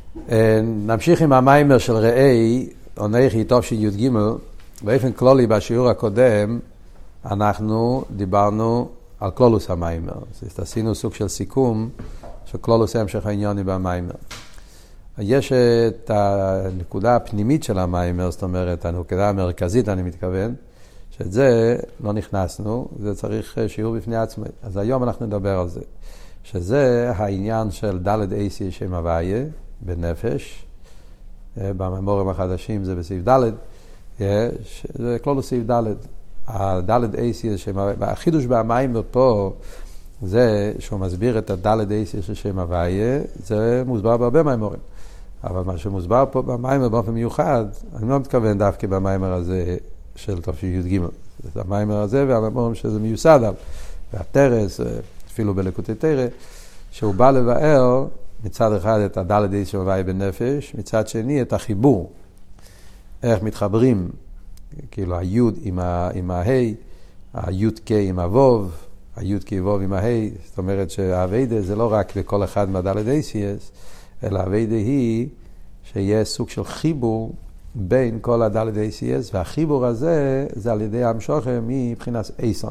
נמשיך עם המיימר של ראי, עונכי טוב שי"ג. באופן כללי בשיעור הקודם אנחנו דיברנו על כלולוס המיימר. אז עשינו סוג של סיכום של כלולוס המשך העניוני במיימר. יש את הנקודה הפנימית של המיימר, זאת אומרת הנקודה המרכזית אני מתכוון, שאת זה לא נכנסנו, זה צריך שיעור בפני עצמי. אז היום אנחנו נדבר על זה, שזה העניין של ד' אייסי שם הוויה בנפש. בממורים החדשים זה בסעיף ד', זה כלולוס סעיף ד'. הד' אייסי שם הוויה, החידוש במיימר פה זה שהוא מסביר את הד' אייסי של שם הוויה, זה מוסבר בהרבה מיימורים. אבל מה שמוסבר פה במיימר באופן מיוחד, אני לא מתכוון דווקא במיימר הזה של תשי"ג. זה המיימר הזה והמיימורים שזה מיוסד עליו. והטרס, אפילו בליקוטי תורה, שהוא בא לבאר מצד אחד את הד' אייסי שם הוויה בנפש, מצד שני את החיבור. איך מתחברים, כאילו היוד עם ההי, היוד קי עם הווב, היוד קי ווב עם ההי. זאת אומרת שהאביידה זה לא רק בכל אחד מהד' אייסיס, אלא האביידה היא שיש סוג של חיבור בין כל הד' אייסיס, והחיבור הזה זה על ידי המשוכר מבחינת אייסון.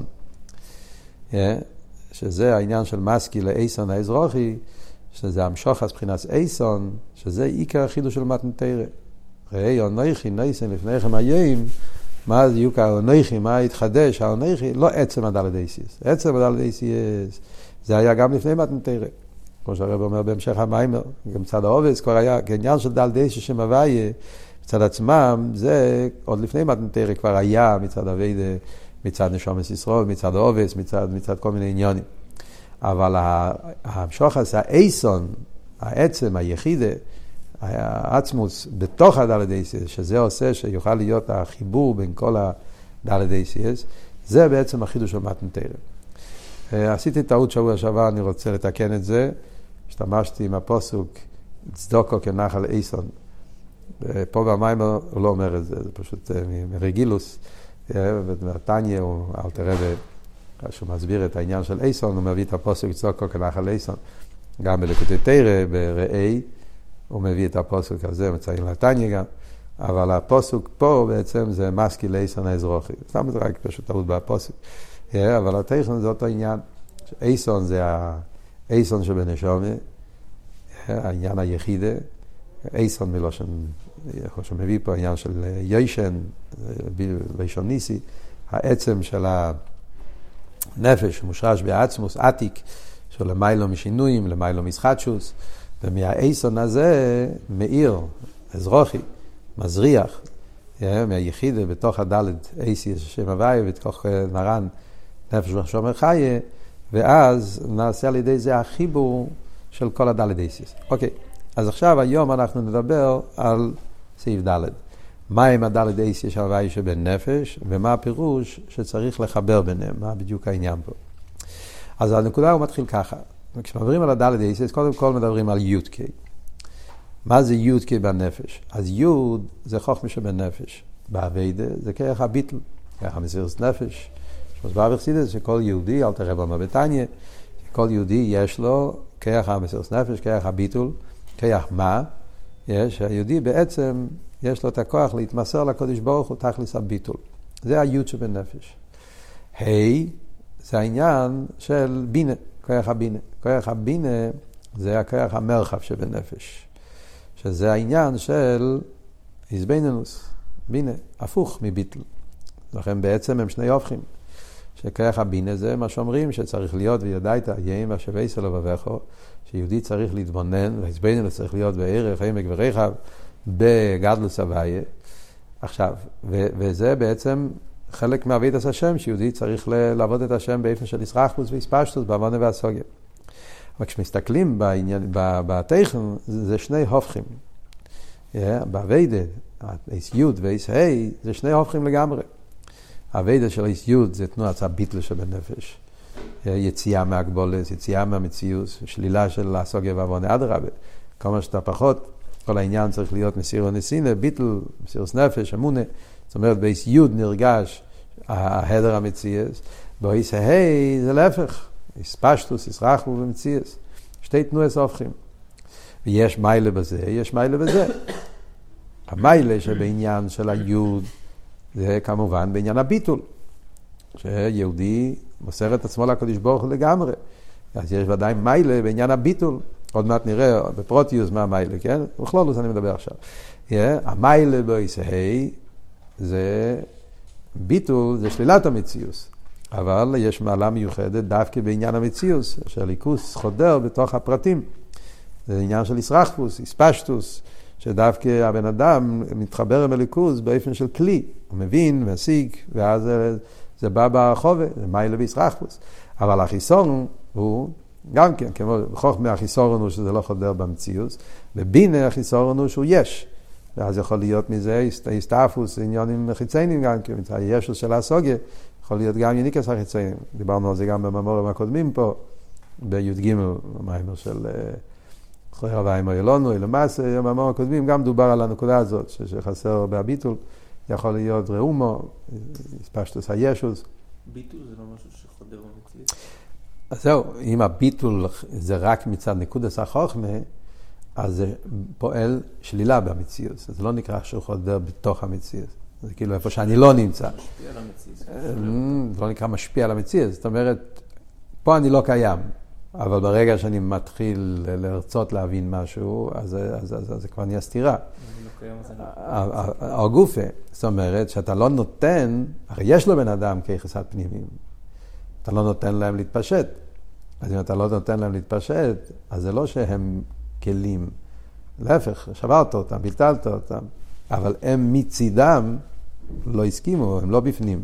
שזה העניין של מסקי לאייסון האזרחי, שזה המשוכר מבחינת אייסון, שזה עיקר החידוש של מתן תורה. ראי אונכי נייסן לפניכם היום, מה זה יוקר האונכי, מה התחדש האונכי? לא עצם הד' אייסיס. עצם הד' אייסיס זה היה גם לפני מתן תורה. כמו שהרב אומר בהמשך המיימר, גם מצד העובס כבר היה כעניין של ד' אייסי שם הוויה, מצד עצמם, זה עוד לפני מתן תורה כבר היה מצד הווידה, מצד נשומת ישראל, מצד העובס, מצד כל מיני עניונים. אבל המשוך הזה, האייסון, העצם, היחידה, העצמוס בתוך הד' אייסי, שזה עושה שיוכל להיות החיבור בין כל הד' אייסי, זה בעצם החידוש של מתן תורה. עשיתי טעות שבוע שעבר, אני רוצה לתקן את זה. השתמשתי עם הפסוק צדוקו כנחל אייסון. פה במיימר הוא לא אומר את זה, זה פשוט מרגילוס. ובתניא הוא אלתר רבי, כשהוא מסביר את העניין של אייסון, הוא מביא את הפסוק צדוקו כנחל אייסון. גם בליקוטי תורה, בראי, הוא מביא את הפסוק הזה, מציין לתניא גם. אבל הפסוק פה בעצם זה מסקי לאייסון האזרחי. סתם זה רק פשוט טעות בפסוק. אבל התכן זה אותו עניין. אייסון זה האייסון שבנשומה, העניין היחידה. אייסון מלושן, יכול שמביא פה העניין של ישן, לישון ניסי, העצם של הנפש מושרש בעצמוס, עתיק, של למיילו משינויים, למיילו משחטשוס, ומהאייסון הזה מאיר, אזרחי, מזריח, מהיחידה בתוך הד' אייסי שם הוויה, בתוך נרן נפש ושומר חיה, ואז נעשה על ידי זה החיבור של כל הד' אייסיס. אוקיי, אז עכשיו היום אנחנו נדבר על סעיף ד'. מה עם הד' אייסיס של הוויה שבין נפש, ומה הפירוש שצריך לחבר ביניהם, מה בדיוק העניין פה. אז הנקודה הוא מתחיל ככה. כשמדברים על הד' אייסיס, קודם כל מדברים על י' ק'. מה זה י' ק' בנפש? אז י' זה חוכמה שבנפש. בעבודה זה כרך הביטל, כרך המסירות נפש. שמוסבר בחסידות שכל יהודי, אל תראה במה בתניא, כל יהודי יש לו כרך המסירות נפש, כרך הביטול, כרך מה? היהודי בעצם יש לו את הכוח להתמסר לקדוש ברוך הוא תכלס הביטול. זה היוד שבנפש. זה העניין של בינה, כרך הבינה. כרך הבינה זה הכרך המרחב שבנפש. שזה העניין של איזבנינוס, בינה, הפוך מביטל. לכן בעצם הם שני הופכים. שכרך הבינה זה מה שאומרים שצריך להיות וידעת יאים והשווה סלו ובכו, שיהודי צריך להתבונן, והסביננו צריך להיות בערך, עמק ורחב, בגדלוס הוויה. עכשיו, וזה בעצם חלק מעבודת השם, שיהודי צריך לעבוד את השם באופן של ישרחבוס והספשטוס, בעוונה והסוגיה. אבל כשמסתכלים בעניין, בתכן, זה שני הופכים. בעבודה, איס יוד ואיס ה' זה שני הופכים לגמרי. העבודה של איס יוד זה תנועת הביטל שבנפש. יציאה מהגבולת, יציאה מהמציאות, שלילה של הסוגיה והעוונה אדרבה. כמה שאתה פחות, כל העניין צריך להיות מסירות נסינה, ביטל, מסירות נפש, אמונה. זאת אומרת, באיס יוד נרגש ההדר המציאות, באיס ה' זה להפך. איס פשטוס, איס רחבו ומציאות. שתי תנועות הופכים. ויש מיילה בזה, יש מיילה בזה. המיילה שבעניין של היוד, זה כמובן בעניין הביטול. שיהודי מוסר את עצמו לקדוש ברוך הוא לגמרי. אז יש ודאי מיילה בעניין הביטול. עוד מעט נראה בפרוטיוס מה המיילה, כן? בכלולוס אני מדבר עכשיו. המיילה בישראל זה ביטול, זה שלילת המציאוס. אבל יש מעלה מיוחדת דווקא בעניין המציאוס, שהליכוס חודר בתוך הפרטים. זה עניין של ישרחפוס, יספשטוס, שדווקא הבן אדם מתחבר עם הליכוס באופן של כלי. הוא מבין, משיג, ואז זה בא בחובה, זה מיילה בישרחפוס. אבל החיסון הוא גם כן, כמו חוכמה החיסורון הוא שזה לא חודר במציאוס, ובינה החיסורון הוא שהוא יש. ואז יכול להיות מזה הסתעפוס, עניונים חיציינים גם כן, הישוס של הסוגיה, יכול להיות גם יניקס החיציינים. דיברנו על זה גם במאמרים הקודמים פה, בי"ג, במאמר של חויר הוויים אילונו, למעשה, במאמרים הקודמים גם דובר על הנקודה הזאת, שחסר בהביטול, יכול להיות ראומו, פשטוס הישוס. ביטול זה לא משהו שחודר במציאות? אז זהו, אם הביטול זה רק מצד נקודת החוכמה, אז זה פועל שלילה במציאות. זה לא נקרא שהוא חודר בתוך המציאות. זה כאילו איפה שאני לא נמצא. משפיע על המציאות. זה לא נקרא משפיע על המציאות. זאת אומרת, פה אני לא קיים. אבל ברגע שאני מתחיל לרצות להבין משהו, אז זה כבר נהיה סתירה. הגופה, זאת אומרת, שאתה לא נותן, הרי יש לו בן אדם כיחסת פנימיים. אתה לא נותן להם להתפשט. אז אם אתה לא נותן להם להתפשט, אז זה לא שהם כלים. להפך, שברת אותם, ביטלת אותם. אבל הם מצידם לא הסכימו, הם לא בפנים.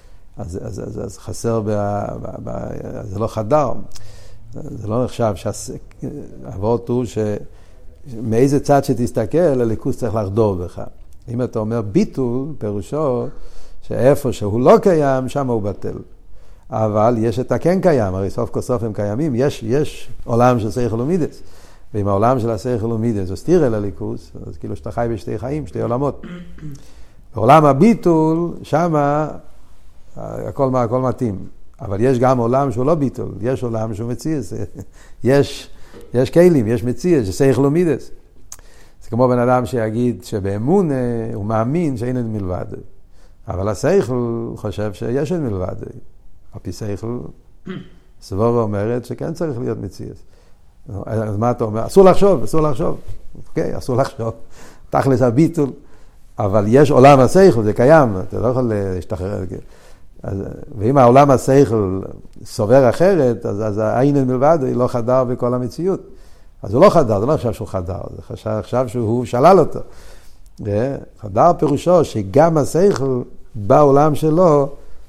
אז חסר, זה לא חדר. זה לא נחשב שהעבוד הוא שמאיזה צד שתסתכל, הליכוס צריך לחדור בך. אם אתה אומר ביטול, פירושו שאיפה שהוא לא קיים, שם הוא בטל. אבל יש את הכן קיים, הרי סוף כל סוף הם קיימים, יש עולם של שכל ומידס. ואם העולם של השכל ומידס הוא סתיר אל הליכוס, אז כאילו שאתה חי בשתי חיים, שתי עולמות. בעולם הביטול, שם הכל מתאים. אבל יש גם עולם שהוא לא ביטול, יש עולם שהוא מציאס. יש כלים, יש מציאס, יש שכל ומידס. זה כמו בן אדם שיגיד שבאמון הוא מאמין שאין אין מלבד. אבל השכל חושב שיש אין מלבד. על פי שכל, סבורה אומרת שכן צריך להיות מציאס. אז מה אתה אומר? אסור לחשוב. אוקיי, אסור לחשוב. תכלס הביטול. אבל יש עולם השכל, זה קיים. אתה לא יכול להשתחרר. ואם העולם השכל סובר אחרת, אז העין מלבד היא לא חדר בכל המציאות. אז הוא לא חדר, זה לא חשב שהוא חדר, זה חשב שהוא שלל אותו. חדר פירושו שגם השכל בעולם שלו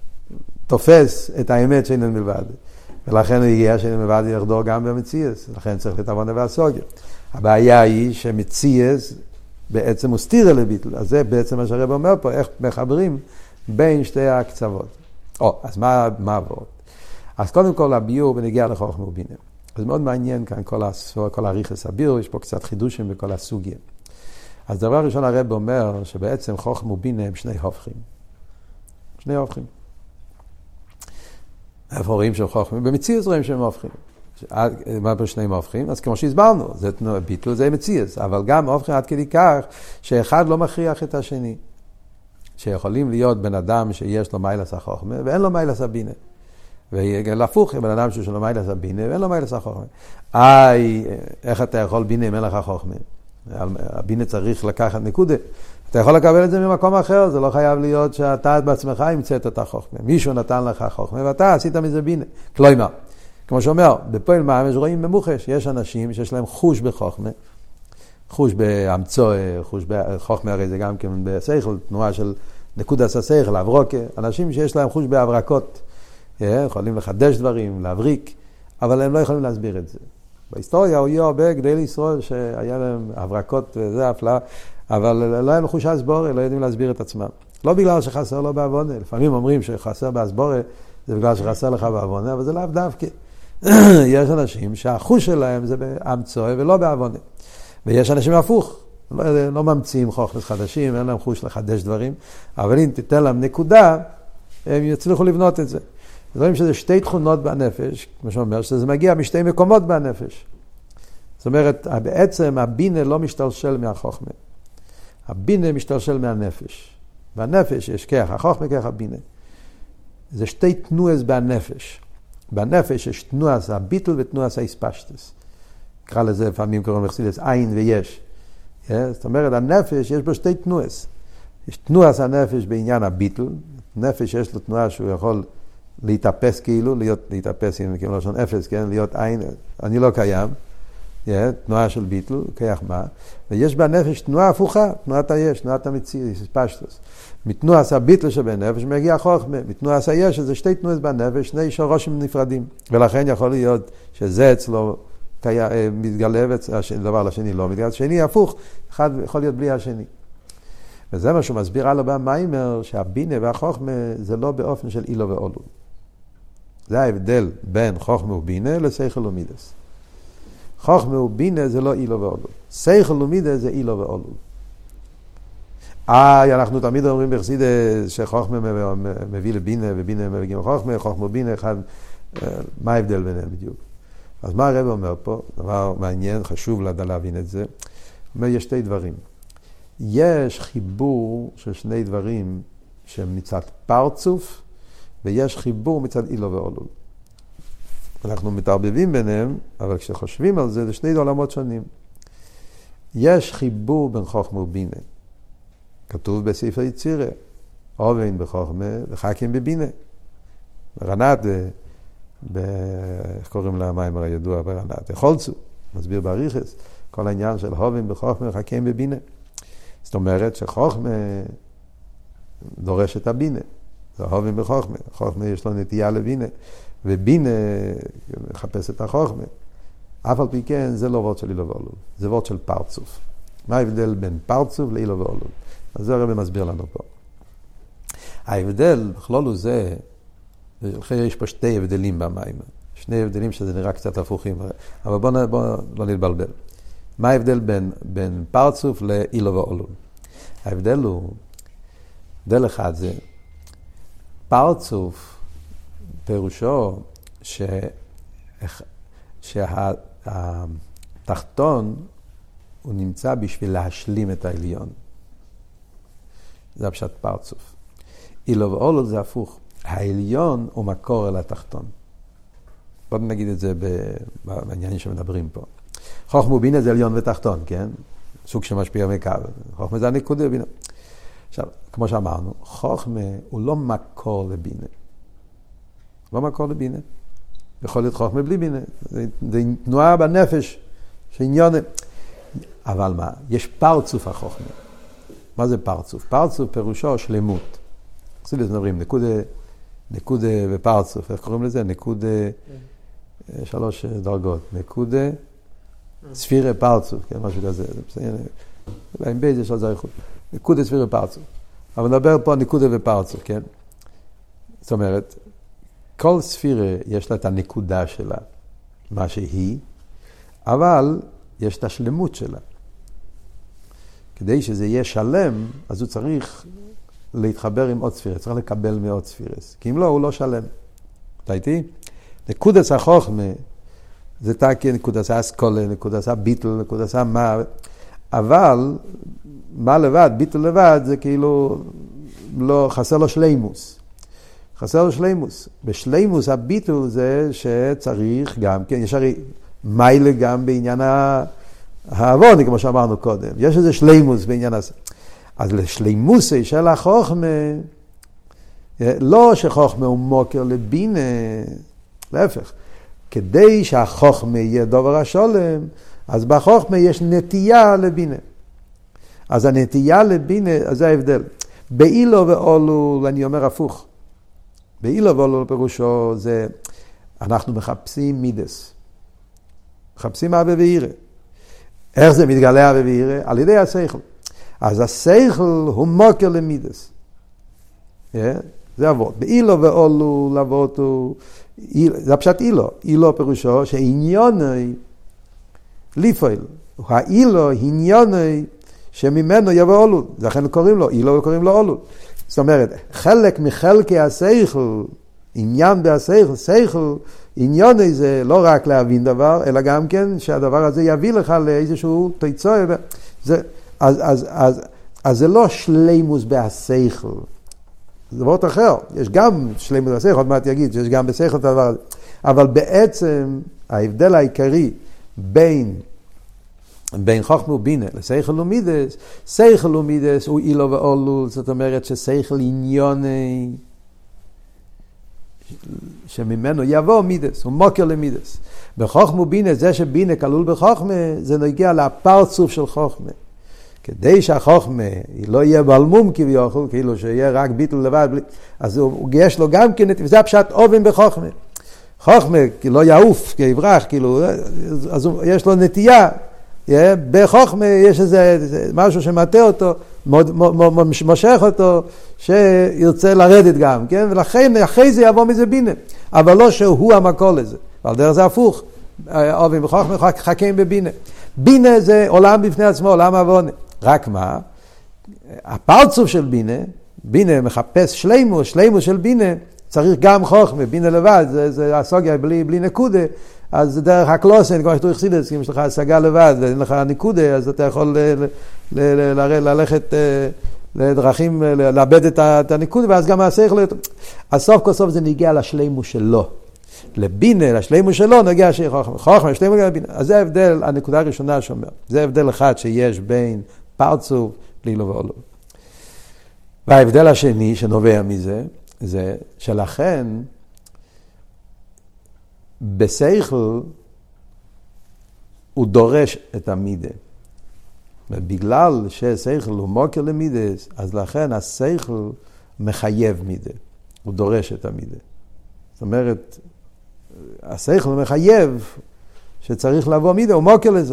תופס את האמת שאין מלבד. ולכן הוא הגיע שאין מלבד יחדור גם במציאות. לכן צריך לתבונה והסוגיה. הבעיה היא שמציאות בעצם הוא סתירה לביטול. אז זה בעצם מה שהרב אומר פה, איך מחברים בין שתי הקצוות. אז מה עבור? אז קודם כל הביור בנגיע לחוכמה ובינה. אז מאוד מעניין כאן כל הריחס הביור, יש פה קצת חידושים בכל הסוגיה. אז דבר ראשון הרב אומר שבעצם חוכמה ובינה הם שני הופכים. שני הופכים. איפה רואים שהם חוכמה? במציאות רואים שהם הופכים. מה פה שני הופכים? אז כמו שהסברנו, זה ביטול, זה מציאות. אבל גם הופכים עד כדי כך שאחד לא מכריח את השני. שיכולים להיות בן אדם שיש לו מיילס החוכמה ואין לו מיילס הבינה. ולהפוך, בן אדם שיש לו מיילס הבינה ואין לו מיילס החוכמה. איך אתה יכול בינה אם אין לך חוכמה? הבינה צריך לקחת נקודה. אתה יכול לקבל את זה ממקום אחר, זה לא חייב להיות שאתה בעצמך המצאת את החוכמה. מישהו נתן לך חוכמה ואתה עשית מזה בינה. כלומר, כמו שאומר, בפועל ממש רואים ממוחש, יש אנשים שיש להם חוש בחוכמה, חוש באמצוע, חוש בחוכמה, הרי זה גם כן בשכל, תנועה של נקודת השכל, להברוק, אנשים שיש להם חוש בהברקות, יכולים לחדש דברים, להבריק, אבל הם לא יכולים להסביר את זה. בהיסטוריה הוא יהיה הרבה גדולי ישראל שהיה להם הברקות וזה הפלאה, אבל לא היה לו חוש הסבורה, לא יודעים להסביר את עצמם. לא בגלל שחסר לו בעוונה, לפעמים אומרים שחסר בהסבורה, זה בגלל שחסר לך בעוונה, אבל זה לאו דווקא. יש אנשים שהחוש שלהם זה באמצוע ולא בעוונה. ויש אנשים הפוך, לא ממציאים חוכמות חדשים, אין להם חוש לחדש דברים, אבל אם תיתן להם נקודה, הם יצליחו לבנות את זה. רואים שזה שתי תכונות בנפש, כמו שאומר, שזה מגיע משתי מקומות בנפש. זאת אומרת, בעצם הבינה לא משתלשל מהחוכמה. הבינה משתלשל מהנפש. בנפש יש כך, החוכמה כך הבינה. זה שתי תנועות בנפש. בנפש יש תנועת הביטל ותנועת האספשטס. נקרא לזה לפעמים קוראים לחסידות עין ויש. זאת אומרת, הנפש יש בו שתי תנועות. יש תנועת הנפש בעניין הביטל. נפש יש לו תנועה שהוא יכול להתאפס כאילו, להתאפס כאילו לשון אפס, כן? להיות עין, אני לא קיים. תנועה של ביטל, כך מה? ויש בנפש תנועה הפוכה, תנועת היש, תנועת המציאות, פשטוס. מתנועת הביטל שבנפש מגיע חוכמה, מתנועת היש, זה שתי תנועות בנפש, שני שורשים נפרדים. ולכן יכול להיות שזה אצלו מתגלה, דבר לשני לא מתגלה, השני הפוך, אחד יכול להיות בלי השני. וזה מה שהוא מסביר הלאה במיימר, שהבינה והחוכמה זה לא באופן של אילו ואולו. זה ההבדל בין חוכמה ובינה לשכל ומידס. חוכמה ובינה זה לא אילו ואולו. שכל ומידס זה אילו ואולו. אנחנו תמיד אומרים בחסידות שחוכמה מביא לבינה ובינה מביא לחוכמה, חוכמה ובינה אחד, מה ההבדל ביניהם בדיוק? אז מה הרב אומר פה? דבר מעניין, חשוב להבין את זה. הוא אומר, יש שתי דברים. יש חיבור של שני דברים שהם מצד פרצוף, ויש חיבור מצד אילו ואולול. אנחנו מתערבבים ביניהם, אבל כשחושבים על זה, זה שני עולמות שונים. יש חיבור בין חוכמה ובינה. כתוב בספר יצירה, אובן בחוכמה וחכים בבינה. ברנת, איך קוראים לה המיימר הידוע ברנת? חולצו, מסביר באריכס, כל העניין של אובן בחוכמה וחכים בבינה. זאת אומרת שחוכמה דורש את הבינה. זה אובן בחוכמה. חוכמה יש לו נטייה לבינה. ובינה מחפש את החוכמה. אף על פי כן, זה לא וורט של אילו ואולול. זה וורט של פרצוף. מה ההבדל בין פרצוף לאילו ואולול? אז זה הרב מסביר לנו פה. ההבדל, בכלול הוא זה, יש פה שתי הבדלים במים. שני הבדלים שזה נראה קצת הפוכים. אבל בואו לא נתבלבל. מה ההבדל בין פרצוף לאילו ואולול? ההבדל הוא, הבדל אחד זה, פרצוף פירושו שהתחתון הוא נמצא בשביל להשלים את העליון. זה הפשט פרצוף. אילו ואולול זה הפוך. העליון הוא מקור אל התחתון. בואו נגיד את זה בעניינים שמדברים פה. חוכמה ובינה זה עליון ותחתון, כן? סוג שמשפיע מקו. חוכמה זה הנקודה ובינה. עכשיו, כמו שאמרנו, חוכמה הוא לא מקור לבינה. לא מקור לבינה. יכול להיות חוכמה בלי בינה. זה תנועה בנפש, שעניון... אבל מה? יש פרצוף החוכמה. מה זה פרצוף? פרצוף פירושו שלמות. חסידות מדברים, נקודה ופרצוף. איך קוראים לזה? נקודה... 3 דרגות. נקודה... ספירה פרצוף, כן, משהו כזה. זה בסדר. עם בייס יש על זה איכות. נקודה ספירה פרצוף. אבל נדבר פה נקודה ופרצוף, כן? זאת אומרת, כל ספירה יש לה את הנקודה שלה, מה שהיא, אבל יש את השלמות שלה. כדי שזה יהיה שלם, אז הוא צריך להתחבר עם עוד ספירה, צריך לקבל מעוד ספירס. כי אם לא, הוא לא שלם. אתה איתי? נקודת החוכמה, זה תקי נקודת האסכולה, נקודת הביטל, נקודת מה, אבל מה לבד, ביטל לבד, זה כאילו לא, חסר לו שלימוס. חסר לו שלימוס. בשלימוס הביטל זה שצריך גם, כן, יש הרי מיילה גם בעניין העבוני, כמו שאמרנו קודם. יש איזה שלימוס בעניין הזה. אז לשלימוס של החוכמה, לא שחוכמה הוא מוקר לבינה, להפך. כדי שהחוכמה יהיה דובר השולם, אז בחוכמה יש נטייה לבינה. אז הנטייה לבינה, אז זה ההבדל. באילו ואולול, אני אומר הפוך. באילו ואולול פירושו זה, אנחנו מחפשים מידס. מחפשים אבא ואירה. איך זה מתגלה אבא ואירה? על ידי השכל. אז השכל הוא מוקר למידס. זה אבות. באילו ואולול, אבות הוא... זה פשט אילו. אילו פירושו שעניוני ליפויל. האילו עניוני שממנו יבוא אולול. זה לכן קוראים לו אילו וקוראים לו אולול. זאת אומרת, חלק מחלקי השכל, עניין בהשכל, שכל עניון זה לא רק להבין דבר, אלא גם כן שהדבר הזה יביא לך לאיזשהו תיצוע. אז זה לא שלימוס בהשכל. זה דבר אחר. יש גם שלימוס בהשכל, עוד מעט יגיד שיש גם בשכל את הדבר הזה. אבל בעצם ההבדל העיקרי בין חוכמה ובינה לשכל ומידס, שכל ומידס הוא אילו ואולול, זאת אומרת ששכל עניוני, שממנו יבוא מידס, הוא מוקר למידס. בחוכמה ובינה, זה שבינה כלול בחוכמה, זה נגיע לפרצוף של חוכמה. כדי שהחוכמה לא יהיה בלמום כביכול, כאילו שיהיה רק ביטול לבד, אז יש לו גם כן, וזה הפשט אובן בחוכמה. חוכמה לא יעוף, כיברח, כאילו, אז יש לו נטייה, בחוכמה יש איזה משהו שמטה אותו, מושך אותו, שירצה לרדת גם, כן? ולכן אחרי זה יבוא מזה בינה, אבל לא שהוא המקור לזה, אבל דרך זה הפוך, אוהבים בחוכמה, חכים בבינה. בינה זה עולם בפני עצמו, עולם עוונה. רק מה? הפרצוף של בינה מחפש שלימוס של בינה, צריך גם חוכמה, בינה לבד, זה הסוגיה בלי נקודה, אז זה דרך הקלוסן, כמו שתו יחסידס, אם יש לך השגה לבד ואין לך נקודה, אז אתה יכול ללכת לדרכים, לאבד את הנקודה, ואז גם השכל, הסוף כל סוף זה נגיע לשלימוס שלו. לבינה, לשלימוס שלו, נגיע חוכמה, לשלימוס של בינה. אז זה ההבדל, הנקודה הראשונה שאומר. זה ההבדל אחד שיש בין פרצוף לאילו ואולו. וההבדל השני שנובע מזה, זה שלכן, בשכל הוא דורש את המידה. ובגלל ששכל הוא מוקר למידס, אז לכן השכל מחייב מידה. הוא דורש את המידה. זאת אומרת, השכל מחייב שצריך לבוא מידה, הוא מוקר לזה.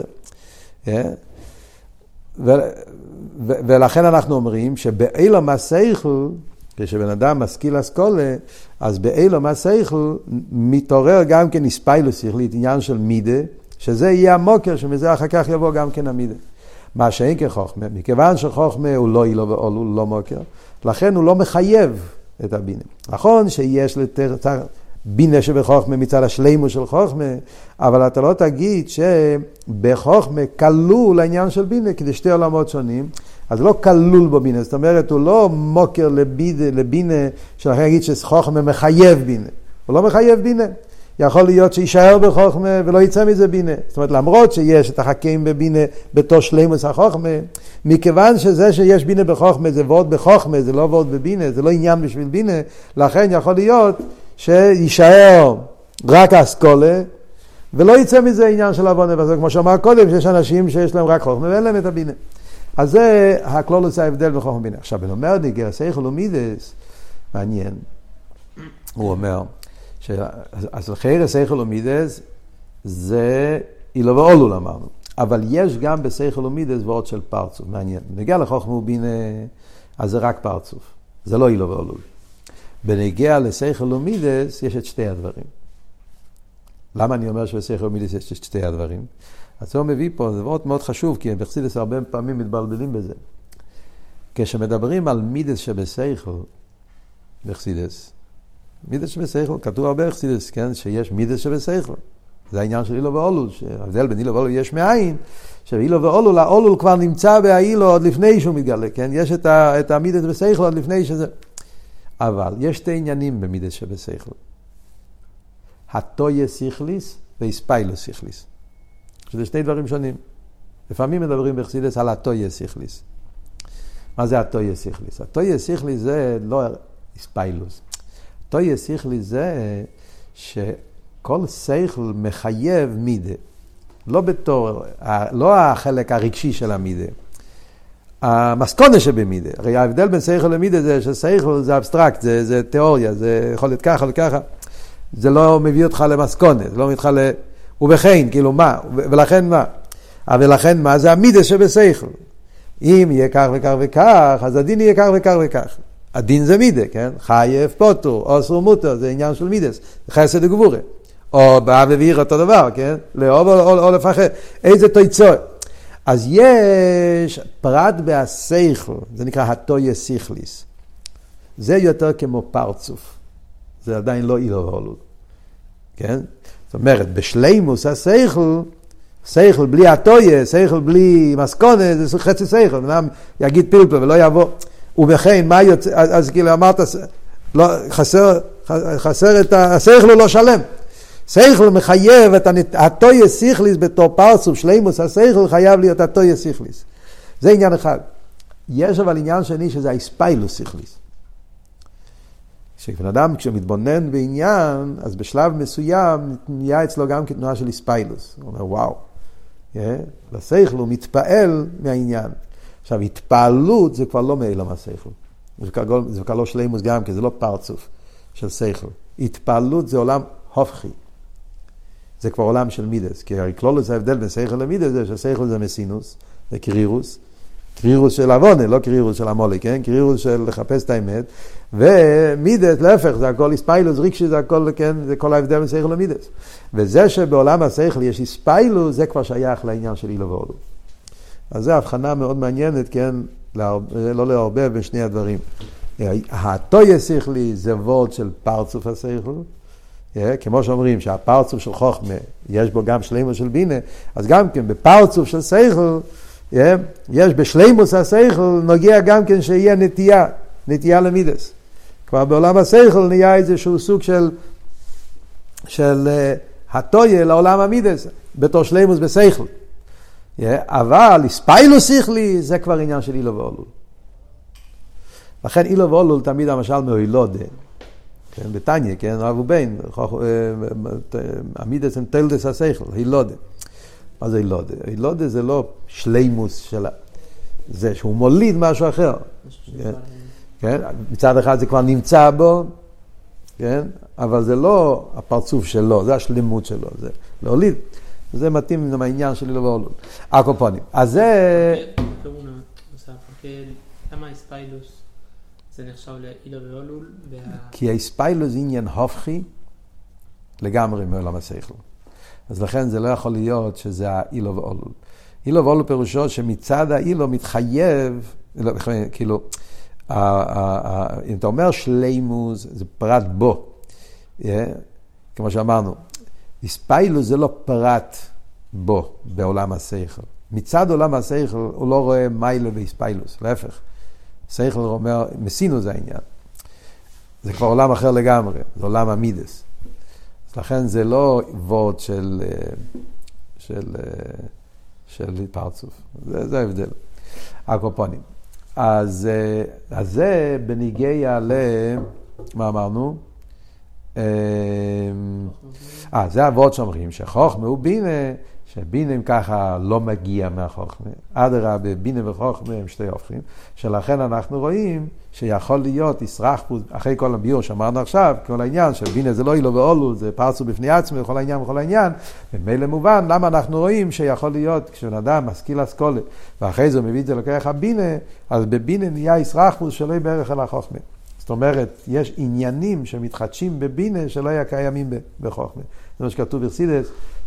ולכן אנחנו אומרים שבאילום השכל, כשבן אדם משכיל אסכולה, אז באילום השכל מתעורר גם כן הספיילוס שכלית, עניין של מידה, שזה יהיה המוקר, שמזה אחר כך יבוא גם כן המידה. מה שאין כחוכמה, מכיוון שחוכמה הוא לא אילו ואולו, הוא לא מוקר, לכן הוא לא מחייב את הבינה. נכון שיש בינה שבחוכמה מצד השלימוס של חוכמה, אבל אתה לא תגיד שבחוכמה כלול לעניין של בינה, כדי שתי עולמות שונים, אז לא כלול בו בינה, זאת אומרת, הוא לא מוקר לבינה, שלכן יגיד שחוכמה מחייב בינה. הוא לא מחייב בינה. יכול להיות שישאר בחוכמה ולא יצא מזה בינה. זאת אומרת, למרות שיש את החכים בבינה בתור שלימוס החוכמה, מכיוון שזה שיש בינה בחוכמה, זה ועוד בחוכמה, זה לא ועוד בבינה, זה לא עניין בשביל בינה, לכן יכול להיות שישאר רק אסכולה, ולא יצא מזה עניין של עוונה. וזה כמו שאמר קודם, שיש אנשים שיש להם רק חוכמה ואין להם את הבינה. אז זה הכלולוס ההבדל בחוכמה ובינה. עכשיו, בן אומר ניגר, שכל ומידס, מעניין. הוא אומר, אז לחייר שכל ומידס, זה אילו ואולול אמרנו. אבל יש גם בשכל ומידס ועוד של פרצוף. מעניין. בנגיע לחוכמה ובינה, אז זה רק פרצוף. זה לא אילו ואולול. בנגיע לשכל ומידס, יש את שתי הדברים. למה אני אומר שבשכל ומידס יש את שתי הדברים? אז הוא מביא פה, זה מאוד מאוד חשוב, כי בחסידס הרבה פעמים מתבלבלים בזה. כשמדברים על מידס שבשכל, בחסידס, מידס שבשכל, כתוב הרבה בחסידס, כן, שיש מידס שבשכל. זה העניין של אילו ואולול, שההבדל בין אילו ואולול יש מאין, שאילו ואולול, האולול כבר נמצא באילו עוד לפני שהוא מתגלה, כן? יש את המידס בשכל עוד לפני שזה. אבל יש שתי עניינים במידס שבשכל. התויה שכליס והספיילוס שכליס. שזה שני דברים שונים. לפעמים מדברים בחסידס על התויה שכליס. מה זה התויה שכליס? התויה שכליס זה לא הספיילוס. התויה שכליס זה שכל שכל מחייב מידה. לא בתור, לא החלק הרגשי של המידה. המסקונה שבמידה. הרי ההבדל בין שכל למידה זה ששכל זה אבסטרקט, זה תיאוריה, זה יכול להיות ככה וככה. זה לא מביא אותך למסקונה, זה לא מביא אותך ובכן, כאילו מה? ולכן מה? אבל לכן מה? זה המידס שבשכל. אם יהיה כך וכך וכך, אז הדין יהיה כך וכך וכך. הדין זה מידה, כן? חייב פוטור, אוסר מותר, זה עניין של מידס. חסד וגבורה. או באב ובעיר אותו דבר, כן? לאהוב או לפחד. איזה תויצוי. אז יש פרט בהשכל, זה נקרא התויה שכליס. זה יותר כמו פרצוף. זה עדיין לא אילו ואולול. כן? זאת אומרת, בשלימוס השכל, שכל בלי התויה, שכל בלי מסכונה, זה חצי שכל, אדם יגיד פלפל ולא יבוא. ובכן, מה יוצא, אז כאילו אמרת, לא, חסר את השכל הוא לא שלם. שכל מחייב את התויה שכליס בתור פרצוף, שלימוס השכל חייב להיות התויה שכליס. זה עניין אחד. יש אבל עניין שני שזה האספיילוס שכליס. כשבן אדם כשמתבונן בעניין, אז בשלב מסוים נהיה אצלו גם כתנועה של אספיילוס. הוא אומר וואו, לשכל הוא מתפעל מהעניין. עכשיו התפעלות זה כבר לא מאלה מהשכל. זה כבר לא שלימוס גם, כי זה לא פרצוף של שכל. התפעלות זה עולם הופכי. זה כבר עולם של מידס. כי כלולוס ההבדל בין שכל למידס זה ששכל זה מסינוס, זה קרירוס. קרירוס של אבונה, לא קרירוס של המולי, כן? קרירוס של לחפש את האמת. ומידס, להפך, זה הכל איספיילוס, ריקשי זה הכל, כן? זה כל ההבדל בין שכל למידס. וזה שבעולם השכל יש איספיילוס, זה כבר שייך לעניין של אילו ואולו. אז זו הבחנה מאוד מעניינת, כן? לא להרבה בין שני הדברים. התויה שכלי זה וורד של פרצוף השכל, כמו שאומרים שהפרצוף של חוכמה יש בו גם שלימוס של בינה, אז גם כן בפרצוף של שכל, יש בשלימוס השכל נוגע גם כן שיהיה נטייה למידס. כבר בעולם השכל נהיה איזשהו סוג של התויה לעולם המידס, בתור שלימוס בשכל. אבל ספיילוס שכלי זה כבר עניין של אילו ואולול. לכן אילו ואולול תמיד המשל מאוילודה, כן, בתניה, כן, אבו בין, המידס הם תלדס השכל, הילודה. מה זה הילודה? הילודה זה לא שלימוס שלה, זה שהוא מוליד משהו אחר. כן? מצד אחד זה כבר נמצא בו, כן? אבל זה לא הפרצוף שלו, זה השלימות שלו, זה להוליד. זה מתאים עם העניין של אילו ואולול. הקופונים. אז זה... למה הספיילוס זה נחשב לאילו ואולול? כי הספיילוס זה עניין הופכי לגמרי מעולם השכל. אז לכן זה לא יכול להיות שזה האילו ואולול. אילו ואולול פירושו שמצד האילו מתחייב, כאילו, אם אתה אומר שלימוס, זה פרט בו. כמו שאמרנו, הספיילוס זה לא פרט בו בעולם השכל. מצד עולם השכל הוא לא רואה מיילה והספיילוס, להפך. השכל אומר, מסינו זה העניין. זה כבר עולם אחר לגמרי, זה עולם המידס. לכן זה לא וורד של פרצוף. זה ההבדל. הקופונים. אז זה בניגיה מה אמרנו? זה הוורד שאומרים שחוכמה הוא בינה, שבינה ככה לא מגיע מהחוכמה. אדרבה, בינה וחוכמה הם שתי הופכים, שלכן אנחנו רואים שיכול להיות ישרחפות, אחרי כל הביור שאמרנו עכשיו, כל העניין של בינה זה לא אילו ואולול, זה פרצוף בפני עצמו, וכל העניין, ומילא מובן, למה אנחנו רואים שיכול להיות, כשבן אדם משכיל אסכולה, ואחרי זה הוא מביא את זה לכך הבינה, אז בבינה נהיה ישרחפות שלא בערך על החוכמה. זאת אומרת, יש עניינים שמתחדשים בבינה שלא היה קיימים בחוכמה. זה מה שכתוב בחסידות,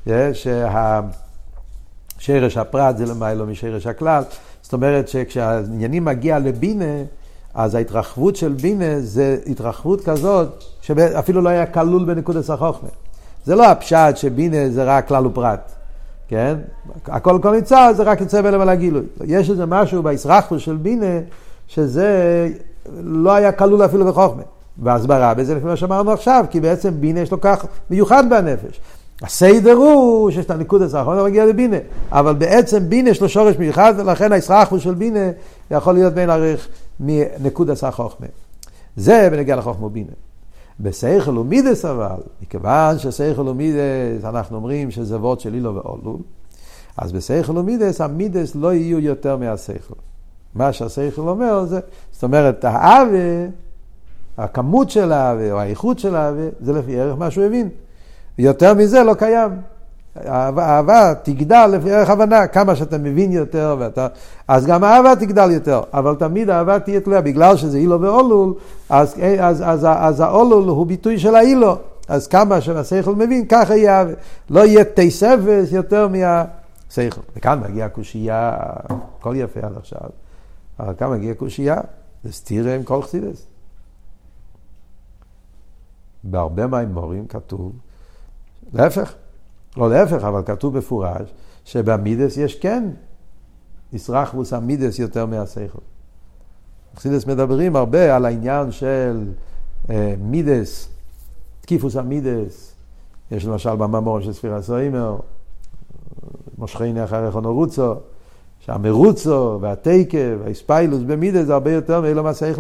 ששרש הפרט זה למיילו משרש הכלל. זאת אומרת שכשהעניינים מגיע לבינה, אז ההתרחבות של בינה זה התרחבות כזאת שאפילו לא היה כלול בנקודת החוכמה. זה לא הפשט שבינה זה רק כלל ופרט. כן? הכל נמצא, זה רק יצא בלב על הגילוי. יש איזה משהו בהתרחבות של בינה שזה לא היה כלול אפילו בחוכמה. והסברה בזה לפי מה שאמרנו עכשיו, כי בעצם בינה יש לו כך מיוחד בנפש. הסדר הוא שיש את הנקודת האחרונה מגיע לבינה, אבל בעצם בינה יש לו שורש מיוחד, ולכן ההתרחבות של בינה יכול להיות בין ערך מנקודת החוכמה. זה בנגיע לחוכמה בינה. בשכל ומידס אבל, מכיוון ששכל ומידס אנחנו אומרים שזה וורד של אילו ואולול, אז בשכל ומידס המידס לא יהיו יותר מהשכל. מה שהשכל אומר זה, זאת אומרת, האהבה, הכמות של האהבה או האיכות של האהבה, זה לפי ערך מה שהוא הבין. יותר מזה לא קיים. האהבה תגדל לפי ערך הבנה, כמה שאתה מבין יותר, אז גם האהבה תגדל יותר, אבל תמיד האהבה תהיה תלויה, בגלל שזה אילו ואולול, אז האולול הוא ביטוי של האילו, אז כמה שהשכל מבין, ככה יהיה אהבה. לא יהיה תסבס יותר מהשכל. וכאן מגיע קושייה, הכל יפה עד עכשיו. אבל כאן מגיע קושייה, זה סתירה עם כל חסידות. בהרבה מהאמורים כתוב להפך. לא להפך, אבל כתוב מפורש שבמידס יש כן ישרחבוס המידס יותר מהשכל. חסידס מדברים הרבה על העניין של מידס, תקיפוס המידס. יש למשל במאמר של ספירס איימר, מושכני אחריך נורוצו, שהמרוצו והתקף והאספיילוס במידס זה הרבה יותר מאילו מהשכל.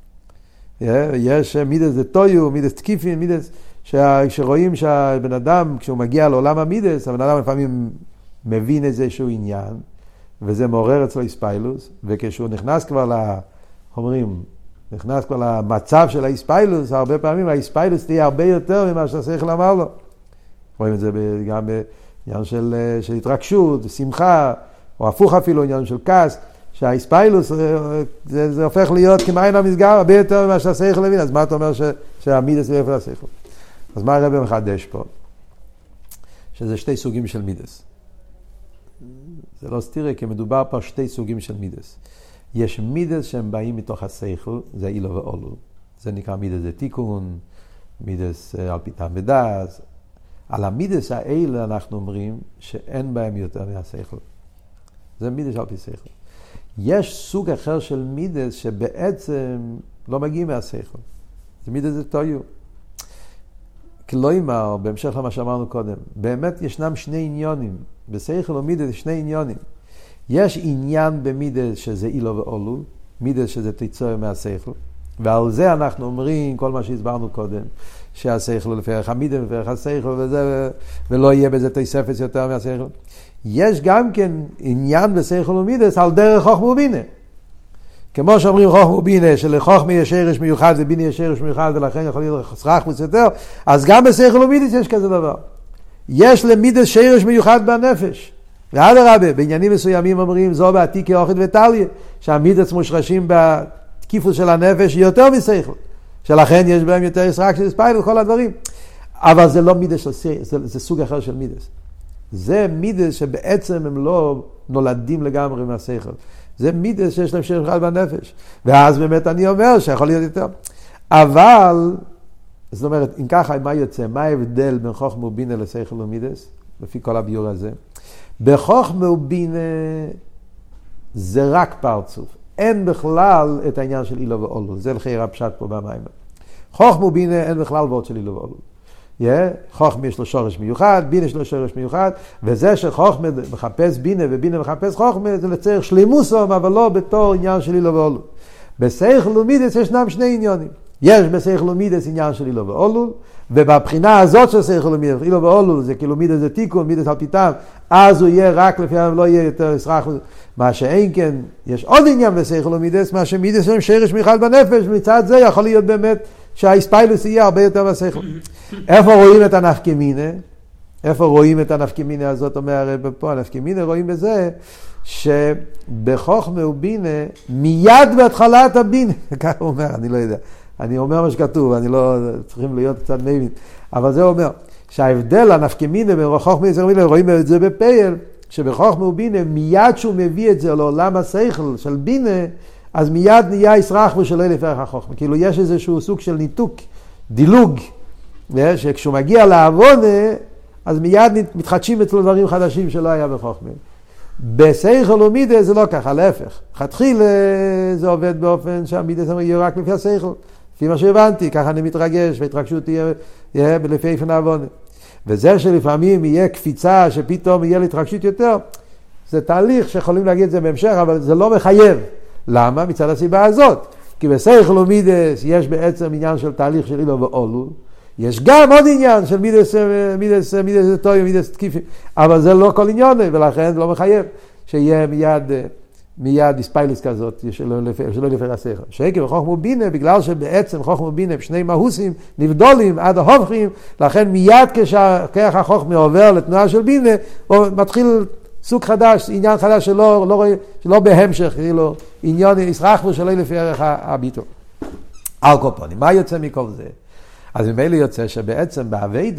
יש מידס זה טויו, מידס תקיפין, מידס שרואים שהבן אדם, כשהוא מגיע לעולם המידס, הבן אדם לפעמים מבין איזשהו עניין, וזה מעורר אצלו אספיילוס, וכשהוא נכנס כבר נכנס כבר למצב של האספיילוס, הרבה פעמים האספיילוס תהיה הרבה יותר ממה שהשכל אמר לו. רואים את זה גם בעניין של התרגשות, שמחה, או הפוך אפילו עניין של כעס, שהאספיילוס זה הופך להיות כמעין המסגר הרבה יותר ממה שהשכל הבין. אז מה אתה אומר שהמידס לא יפה לשכל? אז מה הרב מחדש פה? שזה שתי סוגים של מידס. זה לא סתירה, כי מדובר פה שתי סוגים של מידס. יש מידס שהם באים מתוך השכל, זה אילו ואולו. זה נקרא מידס זה תיקון, מידס על פי טעם ודעת. על המידס האלה אנחנו אומרים שאין בהם יותר מהשכל. זה מידס על פי שכל. יש סוג אחר של מידס שבעצם לא מגיעים מהשכל. זה מידס זה טויו. כלומר, בהמשך למה שאמרנו קודם, באמת ישנם שני עניונים. בשכל ומידס יש שני עניונים. יש עניין במידס שזה אילו ואולו, מידס שזה תיצור מהשכל, ועל זה אנחנו אומרים כל מה שהסברנו קודם, שהשכל הוא לפי ערך המידס, לפי ערך השכל, ולא יהיה בזה תוספת יותר מהשכל. יש גם כן עניין בשכל ומידס על דרך חוכמה ובינה. כמו שאומרים חוכמה ובינה, שלחוכמה יש ערך מיוחד ובינה יש ערך מיוחד, ולכן יכול להיות רחמוס יותר, אז גם בשכל ומידס יש כזה דבר. יש למידס ערך מיוחד בנפש. ועד הרבה, בעניינים מסוימים אומרים, זו בעתיקי אוכד וטליה, שהמידס מושרשים בתקיפוס של הנפש יותר משכל, שלכן יש בהם יותר ישרק של ספייל וכל הדברים. אבל זה לא מידס של שכל, זה סוג אחר של מידס. זה מידס שבעצם הם לא נולדים לגמרי מהשכל. זה מידס שיש להם שרש מיוחד בנפש. ואז באמת אני אומר שיכול להיות יותר. אבל, זאת אומרת, אם ככה, מה יוצא? מה ההבדל בין חוכמה ובינה לשכל ומידס? לפי כל הביור הזה. בחוכמה ובינה זה רק פרצוף. אין בכלל את העניין של אילו ואולו. זה לחיר הפשט פה במים. חוכמה ובינה אין בכלל וורט של אילו ואולו. חוכמה יש לו שורש מיוחד, בינה יש לו שורש מיוחד, וזה שחוכמה מחפש בינה ובינה מחפש חוכמה, זה לצריך שלימוסום, אבל לא בתור עניין של אילו ואולו. בשכל ומידס ישנם שני עניינים. יש בשכל ומידס עניין של אילו ואולו, ובבחינה הזאת של שכל ומידס, אילו ואולו זה כאילו מידס זה תיקון, מידס על פיתם, אז הוא יהיה רק לפי העם, לא יהיה יותר ישרח. מה שאין כן, יש עוד עניין בשכל ומידס, מה שמידס הם שרש מיוחד בנפש, ומצד זה יכול להיות באמת שהאספיילוס יהיה הרבה יותר בשכל. איפה רואים את הנפקמינה? איפה רואים את הנפקמינה הזאת? אומר הרב פה, הנפקמינה רואים בזה שבחוכמה ובינה מיד בהתחלת הבינה, ככה הוא אומר, אני לא יודע, אני אומר מה שכתוב, אני לא צריכים להיות קצת מבין, אבל זה אומר שההבדל הנפקמינה בין חוכמה ובינה, רואים את זה בפייל, שבחוכמה ובינה מיד שהוא מביא את זה לעולם השכל של בינה, אז מיד נהיה ישרח ושלא לפי ערך החוכמה. כאילו יש איזשהו סוג של ניתוק, דילוג, שכשהוא מגיע לעוונה, אז מיד מתחדשים אצלו דברים חדשים שלא היה בחוכמה. בשכל ומידה זה לא ככה, להפך. חתחיל זה עובד באופן שהמידה זה יהיה רק לפי השכל. לפי מה שהבנתי, ככה אני מתרגש, והתרגשות תהיה לפי איפן העוונה. וזה שלפעמים יהיה קפיצה, שפתאום יהיה להתרגשות יותר, זה תהליך שיכולים להגיד את זה בהמשך, אבל זה לא מחייב. למה? מצד הסיבה הזאת. כי בשכל ומידס יש בעצם עניין של תהליך של אילו ואולו. יש גם עוד עניין של מידס טוי ומידס תקיפי. אבל זה לא כל עניין, ולכן זה לא מחייב שיהיה מיד ספיילוס כזאת, שלא לפי השכל. שקי וחוכמה ובינה, בגלל שבעצם חוכמה ובינה שני מהוסים נבדולים עד ההופכים, לכן מיד כשכך החוכמה עובר לתנועה של בינה, הוא מתחיל סוג חדש, עניין חדש שלא בהמשך, כאילו עניין ישרחנו שלא לפי ערך הביטול. על כל פנים, מה יוצא מכל זה? אז ממילא יוצא שבעצם בעבודה,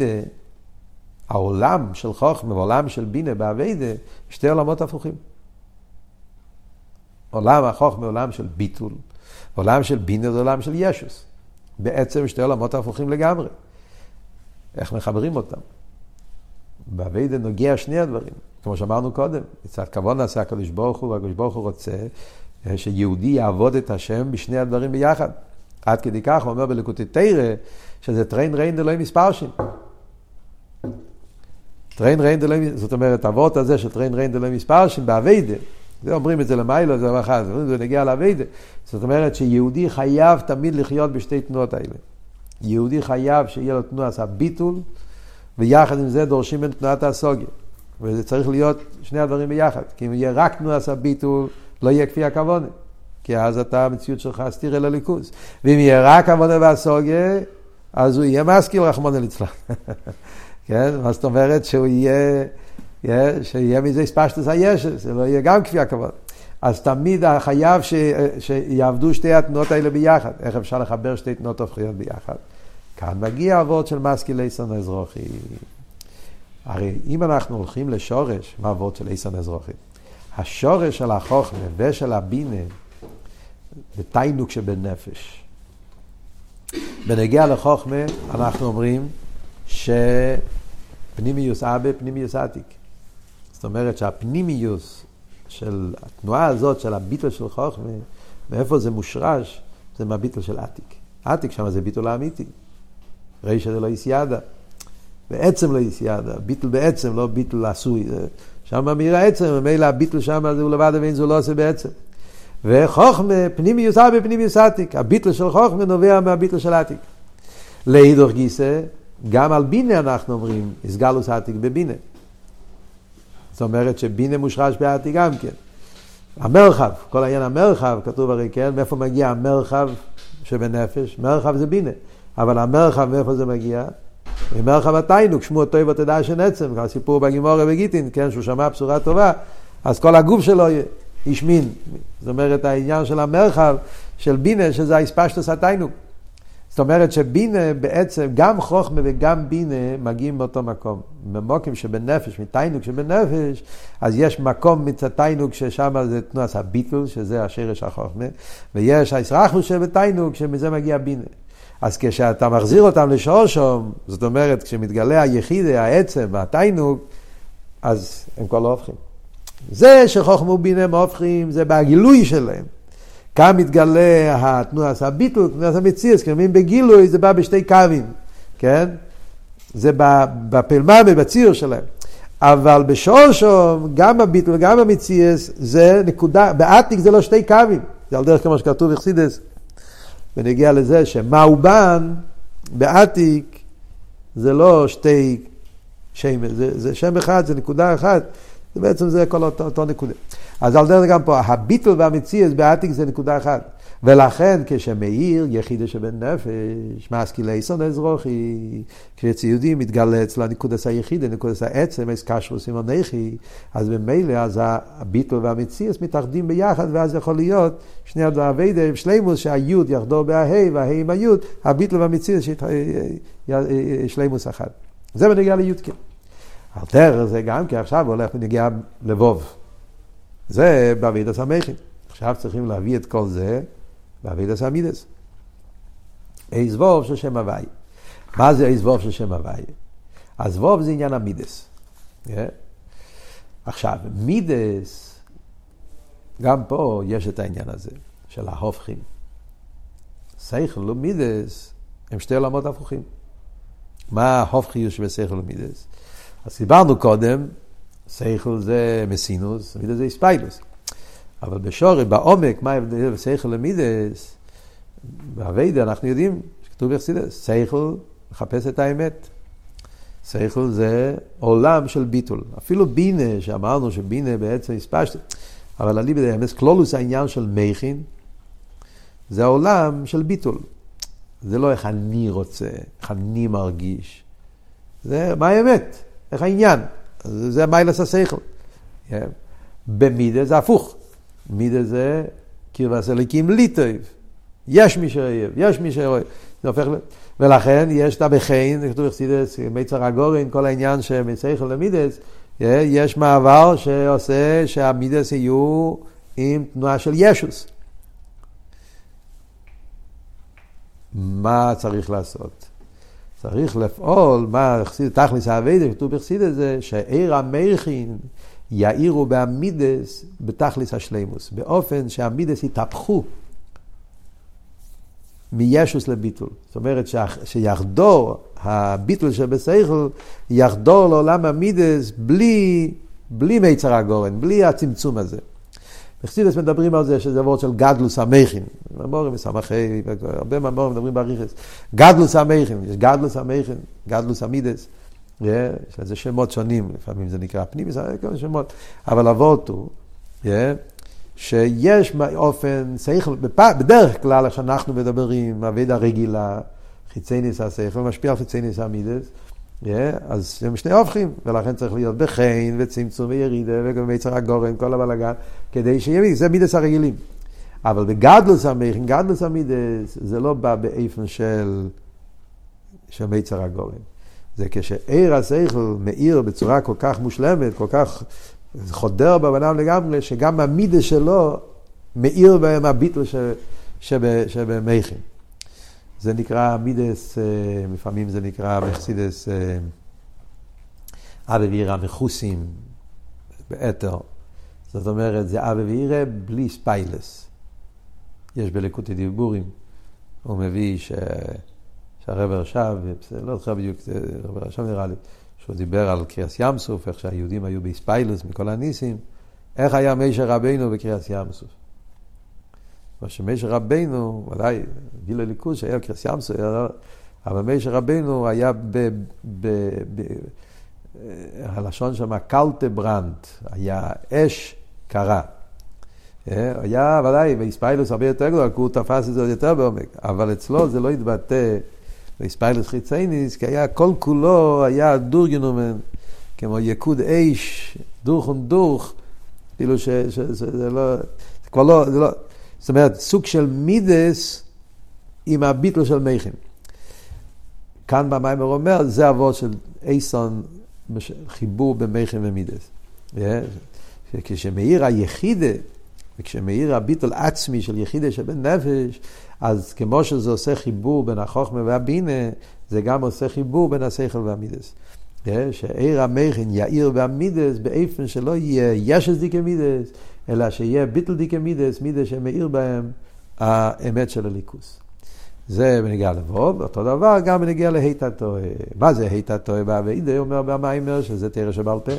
העולם של חוכמה ועולם של בינה בעבודה, שתי עולמות הפוכים. עולם החוכמה עולם של ביטול, עולם של בינה זה עולם של ישוס. בעצם שתי עולמות הפוכים לגמרי. איך מחברים אותם? בעבודה נוגע שני הדברים. כמו שאמרנו קודם, מצד כוון עשה הקדוש ברוך הוא, והקדוש ברוך הוא רוצה שיהודי יעבוד את השם בשני הדברים ביחד. עד כדי כך הוא אומר בליקוטי תורה, שזה טריין ריין דלוי מספרשים. טריין ריין דלוי, זאת אומרת, העבוד הזה של טריין ריין דלוי מספרשים בעבודה, זה אומרים את זה למיילו, זה אחד, זה נגיע לעבודה. זאת אומרת שיהודי חייב תמיד לחיות בשתי תנועות האלה. יהודי חייב שיהיה לו תנועת הביטול, ויחד עם זה דורשים בין תנועת הסוגיה. וזה צריך להיות שני הדברים ביחד. כי אם יהיה רק תנועת הביטול, לא יהיה כפי הכוונה. כי אז אתה, המציאות שלך, סתיר אל הליכוז. ואם יהיה רק הכוונה והסוגיה, אז הוא יהיה משכיל רחמנא ליצלן. כן? מה זאת אומרת שהוא שיהיה מזה הספשטוס הישס, זה לא יהיה גם כפי הכוונה. אז תמיד חייב שיעבדו שתי התנועות האלה ביחד. איך אפשר לחבר שתי תנועות הופכיות ביחד? כאן מגיע העבוד של משכיל אייסון האזרחי. הרי אם אנחנו הולכים לשורש, מה העבוד של אייסון האזרחי? השורש של החוכמה ושל הבינה, זה תיינוק שבנפש. בנגיע לחוכמה, אנחנו אומרים שפנימיוס אבא, פנימיוס עתיק. זאת אומרת שהפנימיוס של התנועה הזאת, של הביטל של חוכמה, מאיפה זה מושרש? זה מהביטל של עתיק. עתיק שם זה ביטל האמיתי. ראי שזה לא יסיידה. בעצם לא יסיידה. ביטל בעצם, לא ביטל עשוי. שם אמירה עצם, ומילא הביטל שם זה הוא לבד ואין זו לא עושה בעצם. וחוכמה, פנימיוס אבא, פנימיוס עתיק. הביטל של חוכמה נובע מהביטל של עתיק. להידור גיסא, גם על בינה אנחנו אומרים, הסגלוס עתיק בבינה. זאת אומרת שבינה מושרש בעתיק גם כן. המרחב, כל העניין המרחב, כתוב הרי כן, מאיפה מגיע המרחב שבנפש? מרחב זה בינה. אבל המרחב מאיפה זה מגיע? ממרחב התיינוק, שמו טוב ותדע שנצם, כמו הסיפור בגימורה וגיטין, כן, שהוא שמע בשורה טובה, אז כל הגוף שלו ישמין. זאת אומרת, העניין של המרחב, של בינה, שזה הספשטוס התיינוק. זאת אומרת שבינה בעצם, גם חוכמה וגם בינה מגיעים באותו מקום. במוקים שבנפש, מתיינוק שבנפש, אז יש מקום מצד תיינוק ששם זה תנועת הביטל, שזה השרש החוכמה, ויש הישרחוס שבתיינוק, שמזה מגיע בינה. אז כשאתה מחזיר אותם לשורשום, זאת אומרת, כשמתגלה היחיד, העצם והתיינוק, אז הם כבר לא הופכים. זה שחוכמה ובינה הם הופכים, זה בהגילוי שלהם. כאן מתגלה התנועת הביטול, תנועת המציאות, כלומר בגילוי זה בא בשתי קווים, כן? זה בפלמה ובציר שלהם. אבל בשורשום, גם הביטול וגם המציאות, זה נקודה, בעתיק זה לא שתי קווים. זה על דרך כמו שכתוב בחסידות. ונגיע לזה שמאובן בעתיק זה לא שתי שם, זה שם אחד, זה נקודה אחת. בעצם זה כל אותו נקודה. אז על דרך גם פה, הביטל והמציאות בעתיק זה נקודה אחת. ולכן כשמאיר יחידה שבן נפש, משכיל אייסון האזרחי, כשציודי מתגלה אצל הנקודס היחידה, נקודס העצם, יש קשרוס עם הנכי, אז במילא, אז הביטל והמציאות מתאחדים ביחד, ואז יכול להיות שני הדברים, שלימוס שהיוד יחדור בההי, וההי עם היוד, הביטל והמציאות שלימוס אחד. זה בנגיע ליודקה. אלתר זה גם כי עכשיו הולך ונגיע לבוב. זה בעבודת המכין. עכשיו צריכים להביא את כל זה בעבודת המידס. איז ווב של שם הוואי. מה זה איז ווב של שם הוואי? אז ווב זה עניין המידס. עכשיו, מידס, גם פה יש את העניין הזה של ההופכים. שכל ומידס הם שתי עולמות הפוכים. מה ההופכיות שבשכל ומידס? אז דיברנו קודם, שכל זה מסינוס, מידס זה איספיילוס. אבל בשורש, בעומק, מה ההבדל בין שכל למידס? בעבודה אנחנו יודעים, שכתוב בחסידות, שכל מחפש את האמת. שכל זה עולם של ביטול. אפילו בינה, שאמרנו שבינה בעצם הספשת, אבל עלי בדאמס, כלולוס העניין של מכין, זה העולם של ביטול. זה לא איך אני רוצה, איך אני מרגיש. זה מה האמת? איך העניין? זה מיילס השכל. במידה זה הפוך. מידה זה קרבס אלוקים לי טוב. יש מי שאוהב, יש מי שאוהב. זה הופך ולכן יש את הבחין, כתוב בחסידות, מיצר הגורן, כל העניין שמשכל למידס, יש מעבר שעושה שהמידס יהיו עם תנועה של ישוס. מה צריך לעשות? צריך לפעול, מה תכלס העבודה, כתוב בחסידות זה, שעיר המכין יאירו בעמידס בתכלס השלימוס, באופן שהעמידס יתהפכו מישוס לביטול. זאת אומרת שיחדור הביטול שבשכל, יחדור לעולם העמידס בלי מיצר הגורן, בלי הצמצום הזה. בחסידות מדברים על זה שזה עבוד של גדלוס המכין. ממורים וסמכי, הרבה ממורים מדברים באריכות. גדלוס המכין, יש גדלוס המכין, גדלוס המידס. יש לזה שמות שונים, לפעמים זה נקרא פנימי, זה כל שמות. אבל עבוד הוא, שיש אופן, בדרך כלל כשאנחנו מדברים, עבודה רגילה, חיצי ניס השכל, משפיע על חיצי ניס המידס, אז הם שני הופכים, ולכן צריך להיות בחין וצמצום וירידה ומיצר הגורן, כל הבלגן, כדי שיהיה, זה מידס הרגילים. אבל בגדלוס המכין, גדלוס המידס, זה לא בא באיפן של מיצר הגורן. זה כשעיר השכל מאיר בצורה כל כך מושלמת, כל כך חודר בבנם לגמרי, שגם המידס שלו מאיר בהם הביטל שבמכין. זה נקרא מידס, לפעמים זה נקרא בחסידות אבא ואירא מחוסים באתר. זאת אומרת, זה אבא ואירא בלי ספיילס. יש בליקוטי דיבורים, הוא מביא שהרב הרשב, לא זוכר בדיוק, הרב הרשב נראה לי, שהוא דיבר על קריאת ים סוף, איך שהיהודים היו בספיילס מכל הניסים, איך היה משה רבינו בקריאת ים סוף. מה שמשה רבינו, ודאי, גיל הליכוז שהיה קריאת ים סוף, אבל משה רבינו היה הלשון שם קלטה ברנט, היה אש קרה. היה ודאי, בספיילוס הרבה יותר גדול, כי הוא תפס את זה יותר בעומק, אבל אצלו זה לא התבטא בספיילוס חיצייניס, כי היה כל כולו, היה דורגנומן, כמו יקוד אש, דוך ודוך, כאילו שזה לא, זה כבר לא, זה לא, זאת אומרת, סוג של מידס עם הביטל של מכין. כאן במיימר אומר, זה עבוד של אייסון, חיבור במכין ומידס. כשמאיר היחידה, וכשמאיר הביטל עצמי של יחידה שבן נפש, אז כמו שזה עושה חיבור בין החוכמה והבינה, זה גם עושה חיבור בין השכל והמידס. שעיר המכין יאיר והמידס, באופן שלא יהיה ישס דיקה מידס, אלא שיהיה ביטל דיקה מידס, מידס שמאיר בהם האמת של הליכוס. זה בנגיע לבוב, אותו דבר גם בנגיע להיטה טועה. מה זה היטה טועה בעבודה? אומר במיימר שזה תרא שבעל פה.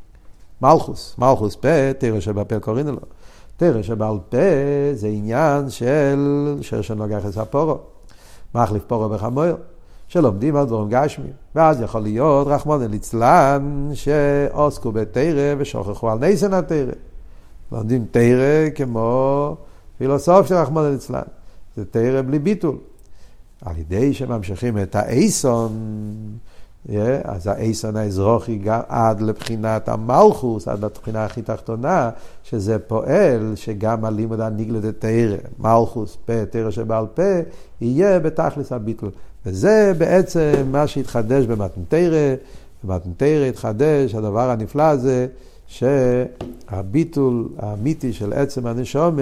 מלכוס פה, תרא שבעל פה קוראים לו. תרא שבעל פה זה עניין של שרשון לוגח את הפורו. מחליף פורו בחמור. שלומדים על דברים גשמיים. ואז יכול להיות רחמנא ליצלן שעוסקו בתרא ושוכחו על ניסן התרא. לומדים תרא כמו פילוסוף של רחמנא ליצלן. זה תרא בלי ביטול. על ידי שממשיכים את האיסון, אז האיסון האזרוחי עד לבחינת המלכוס, עד לבחינה הכי תחתונה, שזה פועל שגם הלימוד הנגלד את תרא, מלכוס פה, תרא שבעל פה, יהיה בתכלס הביטול. וזה בעצם מה שהתחדש במתן תרא. במתן תרא התחדש הדבר הנפלא הזה, שהביטול האמיתי של עצם הנשמה,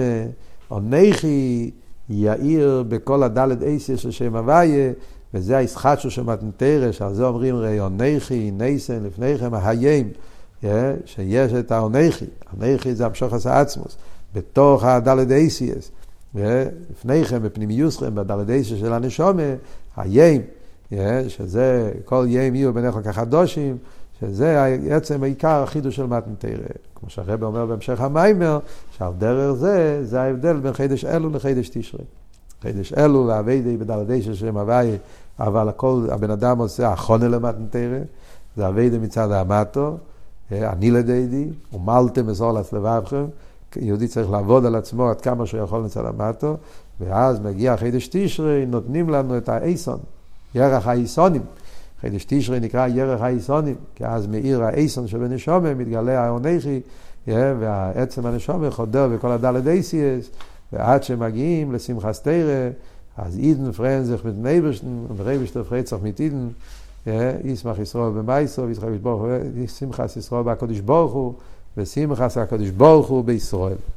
אנכי יאיר בכל הדלת אייסיה של שם הוויה, וזה הישחטשו של מתן תרא, שעל זה אומרים ראי אנכי, ניסן לפניכם ההיים, שיש את האנכי, אנכי זה המשוך עשה עצמוס, בתוך הדלת אייסייס, לפניכם בפנימיוסכם, בדלת אייסיה של הנשמה, היים, שזה כל יים יהיו בניכם כחדושים, שזה בעצם העיקר החידוש של מתן תרא. כמו שהרב אומר בהמשך המיימר, שעל דרך זה, זה ההבדל בין חידש אלו לחידש תשרי. חידש אלו לעבדי בדלתי של שם הוויה, אבל הכל, הבן אדם עושה החונה למתן תרא, זה עבדי מצד המטו, אני לדידי, ומלתם מסורלס לבבכם, יהודי צריך לעבוד על עצמו עד כמה שהוא יכול מצד המטו, ואז מגיע חידש תשרי, נותנים לנו את האיסון, ירח האיסונים. חידש תשרי נקרא ירח האיסונים, כי אז מאיר האיסון שבנשמה מתגלה האנכי, והעצם הנשמה חודר בכל הדלת אייסייס, ועד שמגיעים לשמחת תרא, אז אידן פרנזך mit Nebelsten und Rebischter Freizach mit Iden, ישמח ישראל במייסו, וישמח ישראל בקודש ברוך הוא, ושמחת הקודש ברוך הוא בישראל.